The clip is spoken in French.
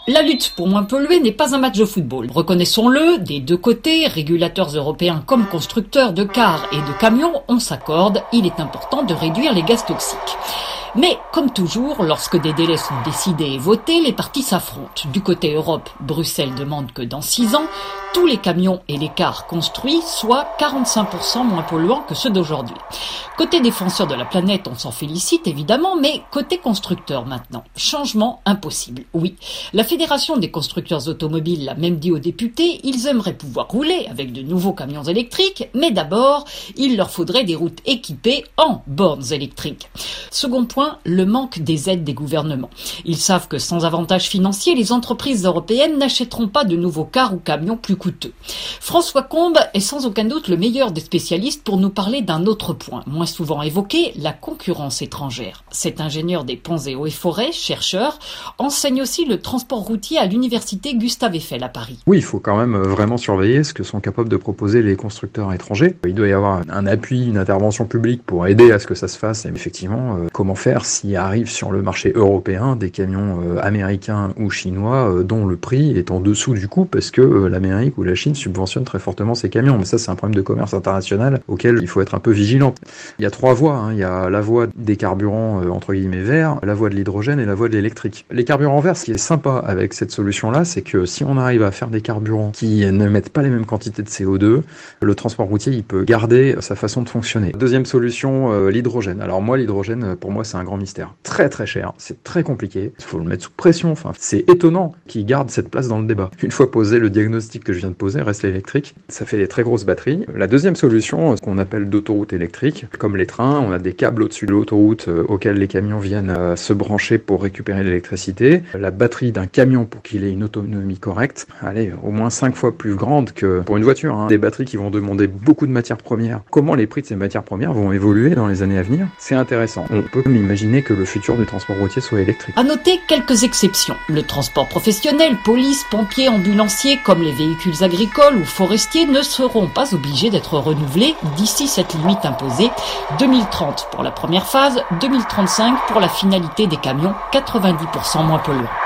La lutte pour moins polluer n'est pas un match de football. Reconnaissons-le, des deux côtés, régulateurs européens comme constructeurs de cars et de camions, on s'accorde, il est important de réduire les gaz toxiques. Mais, comme toujours, lorsque des délais sont décidés et votés, les partis s'affrontent. Du côté Europe, Bruxelles demande que dans 6 ans, tous les camions et les cars construits soient 45% moins polluants que ceux d'aujourd'hui. Côté défenseur de la planète, on s'en félicite évidemment, mais côté constructeur maintenant, changement impossible. Oui, la Fédération des constructeurs automobiles l'a même dit aux députés, ils aimeraient pouvoir rouler avec de nouveaux camions électriques, mais d'abord, il leur faudrait des routes équipées en bornes électriques. Second point, le manque des aides des gouvernements. Ils savent que sans avantages financiers, les entreprises européennes n'achèteront pas de nouveaux cars ou camions plus coûteux. François Combes est sans aucun doute le meilleur des spécialistes pour nous parler d'un autre point, moins souvent évoqué, la concurrence étrangère. Cet ingénieur des ponts et eaux et forêts, chercheur, enseigne aussi le transport routier à l'université Gustave Eiffel à Paris. Oui, il faut quand même vraiment surveiller ce que sont capables de proposer les constructeurs étrangers. Il doit y avoir un appui, une intervention publique pour aider à ce que ça se fasse. Et effectivement, comment faire s'il arrive sur le marché européen des camions américains ou chinois dont le prix est en dessous du coût parce que l'Amérique ou la Chine subventionne très fortement ces camions. Mais ça, c'est un problème de commerce international auquel il faut être un peu vigilant. Il y a 3 voies. Il y a la voie des carburants entre guillemets verts, la voie de l'hydrogène et la voie de l'électrique. Les carburants verts, ce qui est sympa avec cette solution-là, c'est que si on arrive à faire des carburants qui ne mettent pas les mêmes quantités de CO2, le transport routier, il peut garder sa façon de fonctionner. Deuxième solution, l'hydrogène. Alors moi, l'hydrogène, pour moi, c'est un grand mystère. Très très cher, c'est très compliqué, il faut le mettre sous pression, enfin, c'est étonnant qu'il garde cette place dans le débat. Une fois posé le diagnostic que je viens de poser, reste l'électrique, ça fait des très grosses batteries. La deuxième solution, ce qu'on appelle d'autoroute électrique, comme les trains, on a des câbles au-dessus de l'autoroute auxquels les camions viennent se brancher pour récupérer l'électricité. La batterie d'un camion pour qu'il ait une autonomie correcte, allez, au moins 5 fois plus grande que pour une voiture. Des batteries qui vont demander beaucoup de matières premières. Comment les prix de ces matières premières vont évoluer dans les années à venir? C'est intéressant. On peut même imaginer que le futur du transport routier soit électrique. À noter quelques exceptions. Le transport professionnel, police, pompiers, ambulanciers, comme les véhicules agricoles ou forestiers ne seront pas obligés d'être renouvelés d'ici cette limite imposée. 2030 pour la première phase, 2035 pour la finalité des camions 90% moins polluants.